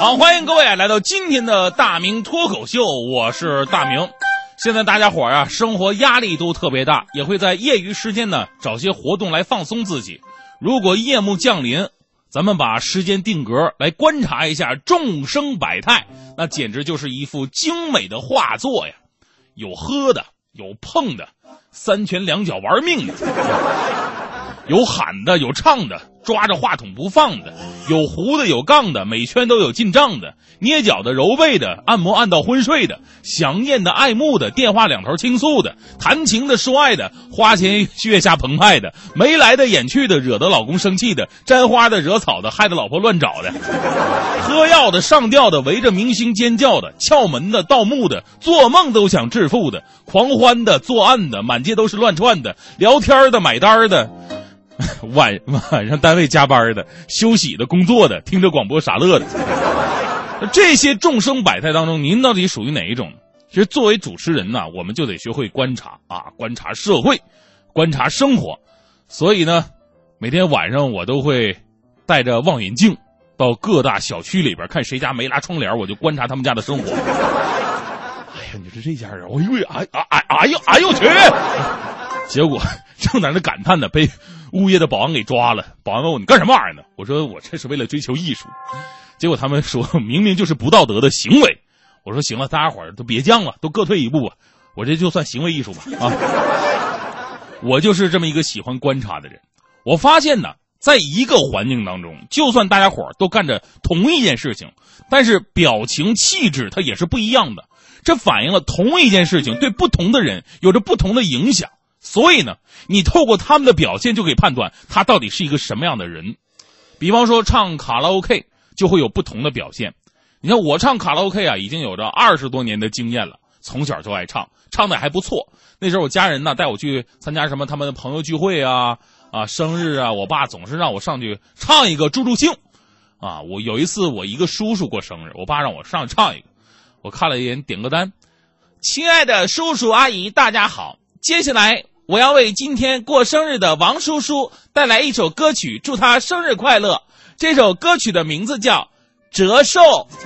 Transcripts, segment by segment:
好，欢迎各位来到今天的大明脱口秀，我是大明。现在大家伙啊，生活压力都特别大，也会在业余时间呢找些活动来放松自己。如果夜幕降临，咱们把时间定格来观察一下众生百态，那简直就是一幅精美的画作呀！有喝的，有碰的，三拳两脚玩命的，有喊的，有唱的，抓着话筒不放的，有胡的，有杠的，每圈都有进账的，捏脚的，揉背的，按摩按到昏睡的，想念的，爱慕的，电话两头倾诉的，谈情的，说爱的，花前月下澎湃的，没来的，演去的，惹得老公生气的，沾花的，惹草的，害得老婆乱找的，喝药的，上吊的，围着明星尖叫的，撬门的，盗墓的，做梦都想致富的，狂欢的，作案的，满街都是乱窜的，聊天的，买单的，晚上单位加班的，休息的，工作的，听着广播傻乐的。这些众生百态当中，您到底属于哪一种？其实作为主持人呢，我们就得学会观察啊，观察社会，观察生活。所以呢，每天晚上我都会带着望远镜到各大小区里边，看谁家没拉窗帘，我就观察他们家的生活。哎呀，你说这家人，哎呦去！结果正在那感叹呢，被物业的保安给抓了。保安问我，你干什么玩意儿呢？我说我这是为了追求艺术。结果他们说明明就是不道德的行为。我说行了，大家伙儿都别犟了，都各退一步吧，我这就算行为艺术吧啊！我就是这么一个喜欢观察的人。我发现呢，在一个环境当中，就算大家伙儿都干着同一件事情，但是表情气质它也是不一样的。这反映了同一件事情对不同的人有着不同的影响。所以呢，你透过他们的表现就可以判断他到底是一个什么样的人。比方说唱卡拉 OK 就会有不同的表现。你看我唱卡拉 OK 啊，已经有着20多年的经验了，从小就爱唱，唱的还不错。那时候我家人呢带我去参加什么他们的朋友聚会啊，生日啊，我爸总是让我上去唱一个助助兴。啊，我有一次我一个叔叔过生日，我爸让我上去唱一个，我看了一眼点歌单，亲爱的叔叔阿姨大家好，接下来我要为今天过生日的王叔叔带来一首歌曲，祝他生日快乐。这首歌曲的名字叫《折寿》。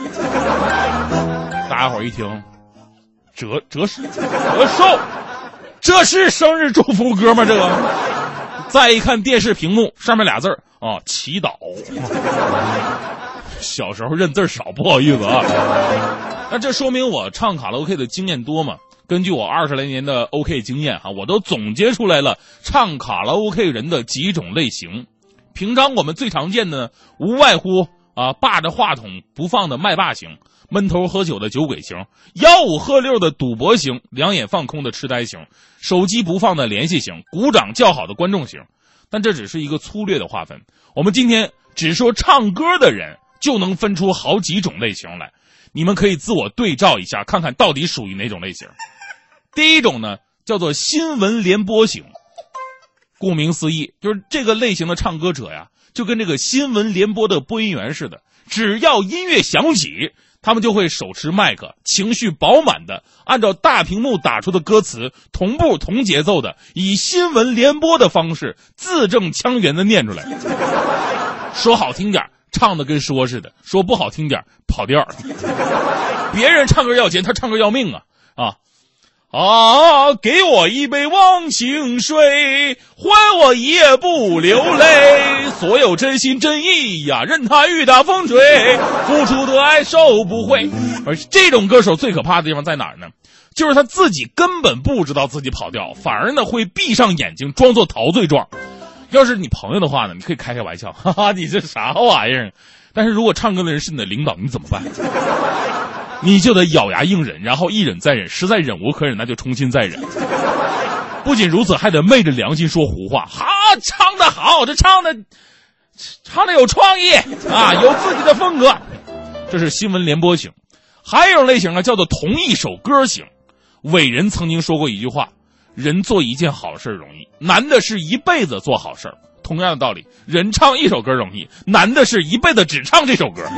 大家伙一听，折寿，这是生日祝福歌吗？这个。再一看电视屏幕，上面俩字啊，祈祷。小时候认字少，不好意思啊。那这说明我唱卡拉 OK 的经验多嘛？根据我20来年的 OK 经验我都总结出来了唱卡拉 OK 人的几种类型。平常我们最常见的无外乎霸着话筒不放的麦霸型，闷头喝酒的酒鬼型，吆五喝六的赌博型，两眼放空的痴呆型，手机不放的联系型，鼓掌叫好的观众型。但这只是一个粗略的划分，我们今天只说唱歌的人就能分出好几种类型来，你们可以自我对照一下，看看到底属于哪种类型。第一种呢，叫做新闻联播型。顾名思义，就是这个类型的唱歌者呀，就跟这个新闻联播的播音员似的，只要音乐响起，他们就会手持麦克，情绪饱满的按照大屏幕打出的歌词，同步同节奏的以新闻联播的方式字正腔圆的念出来。说好听点，唱的跟说似的；说不好听点，跑调。别人唱歌要钱，他唱歌要命给我一杯忘情水，还我一夜不流泪。所有真心真意呀，任他雨打风吹，付出的爱收不回。而这种歌手最可怕的地方在哪儿呢？就是他自己根本不知道自己跑调，反而呢会闭上眼睛装作陶醉状。要是你朋友的话呢，你可以开开玩笑，哈哈，你这啥玩意儿？但是如果唱歌的人是你的领导，你怎么办？你就得咬牙硬忍，然后一忍再忍，实在忍无可忍，那就重新再忍。不仅如此，还得昧着良心说胡话。唱得好，这唱的有创意啊，有自己的风格。这是新闻联播型。还有一种类型呢，叫做同一首歌型。伟人曾经说过一句话：人做一件好事容易，难的是一辈子做好事。同样的道理，人唱一首歌容易，难的是一辈子只唱这首歌。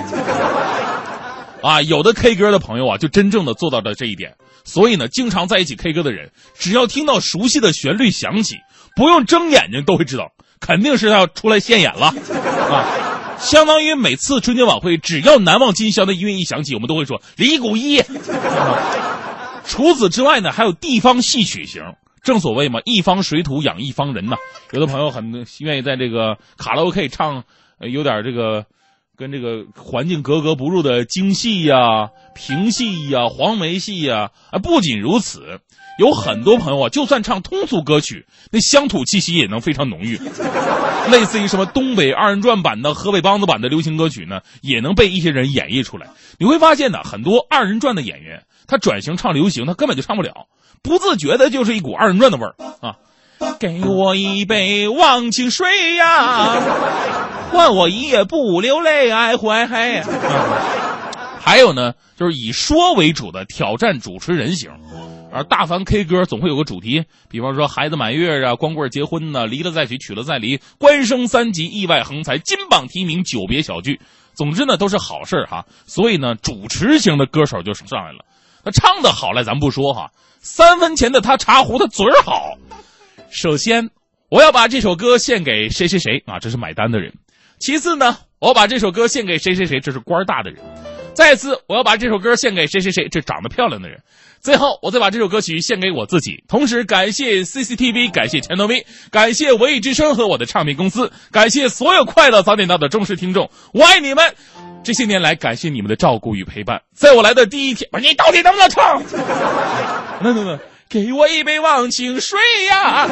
有的 K 歌的朋友就真正的做到了这一点。所以呢，经常在一起 K 歌的人，只要听到熟悉的旋律响起，不用睁眼睛都会知道，肯定是要出来现眼了相当于每次春节晚会，只要难忘今宵的音乐一响起，我们都会说李谷一。除此之外呢，还有地方戏曲型。正所谓嘛，一方水土养一方人呐。有的朋友很愿意在这个卡拉 OK 唱，有点这个跟这个环境格格不入的京戏呀、评戏呀、黄梅戏呀。不仅如此，有很多朋友啊，就算唱通俗歌曲，那乡土气息也能非常浓郁。类似于什么东北二人转版的、河北梆子版的流行歌曲呢，也能被一些人演绎出来。你会发现呢，很多二人转的演员，他转型唱流行，他根本就唱不了，不自觉的就是一股二人转的味儿啊！给我一杯忘情水呀，换我一夜不流泪，爱坏嗨。还有呢，就是以说为主的挑战主持人型。而大凡 K 歌总会有个主题，比方说孩子满月啊、光棍结婚呢、离了再娶、娶了再离、官升三级、意外横财、金榜题名、久别小聚。总之呢，都是好事哈。所以呢，主持型的歌手就上来了。他唱的好赖咱不说哈，3分钱的他茶壶他嘴儿好。首先，我要把这首歌献给谁谁谁啊，这是买单的人。其次呢，我要把这首歌献给谁谁谁，这是官大的人。再次，我要把这首歌献给谁谁谁，这长得漂亮的人。最后，我再把这首歌曲献给我自己。同时，感谢 CCTV， 感谢钱德威，感谢文艺之声和我的唱片公司，感谢所有快乐早点到的忠实听众，我爱你们！这些年来，感谢你们的照顾与陪伴。在我来的第一天，你到底能不能唱？那，给我一杯忘情水呀！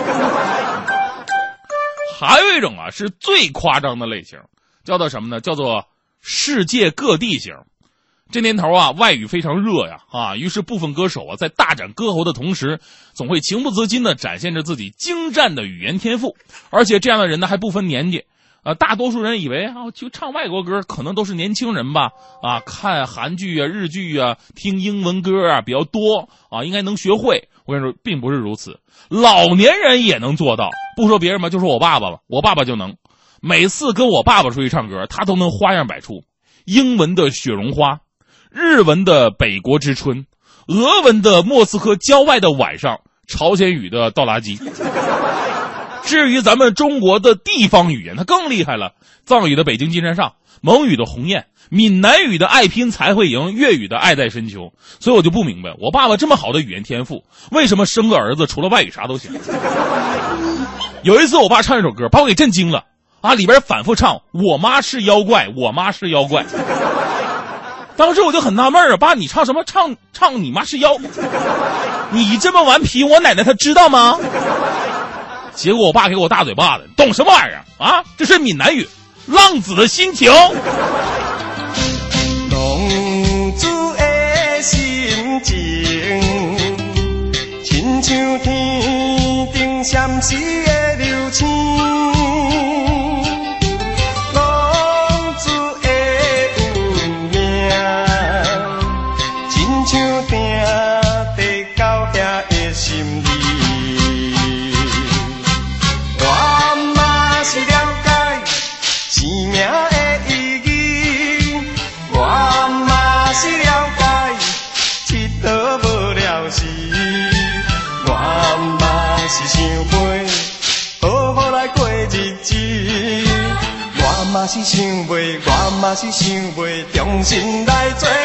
还有一种啊，是最夸张的类型，叫做什么呢？叫做世界各地型。这年头啊，外语非常热呀，于是部分歌手啊，在大展歌喉的同时，总会情不自禁地展现着自己精湛的语言天赋。而且这样的人呢，还不分年纪。大多数人以为就唱外国歌可能都是年轻人吧，看韩剧啊、日剧啊、听英文歌啊比较多啊，应该能学会。我跟你说，并不是如此，老年人也能做到。不说别人吧，就说我爸爸吧，我爸爸就能。每次跟我爸爸出去唱歌，他都能花样百出。英文的雪绒花，日文的北国之春，俄文的莫斯科郊外的晚上，朝鲜语的倒垃圾。至于咱们中国的地方语言，它更厉害了，藏语的北京金山上，蒙语的鸿雁，闽南语的爱拼才会赢，粤语的爱在深秋。所以我就不明白，我爸爸这么好的语言天赋，为什么生个儿子除了外语啥都行？有一次我爸唱一首歌，把我给震惊了里边反复唱我妈是妖怪，我妈是妖怪。当时我就很纳闷爸，你唱什么？唱你妈是妖？你这么顽皮，我奶奶她知道吗？结果我爸给我大嘴巴子，懂什么玩意儿啊？这是闽南语，浪子的心情。 浪子的心情，亲像天顶闪烁的流星。浪子的运命，亲像定地到遐的心理。是了解生命的意义，我嘛是了解佚佗无聊时，我嘛是想袂好好来过日子，我嘛是想袂重新来做。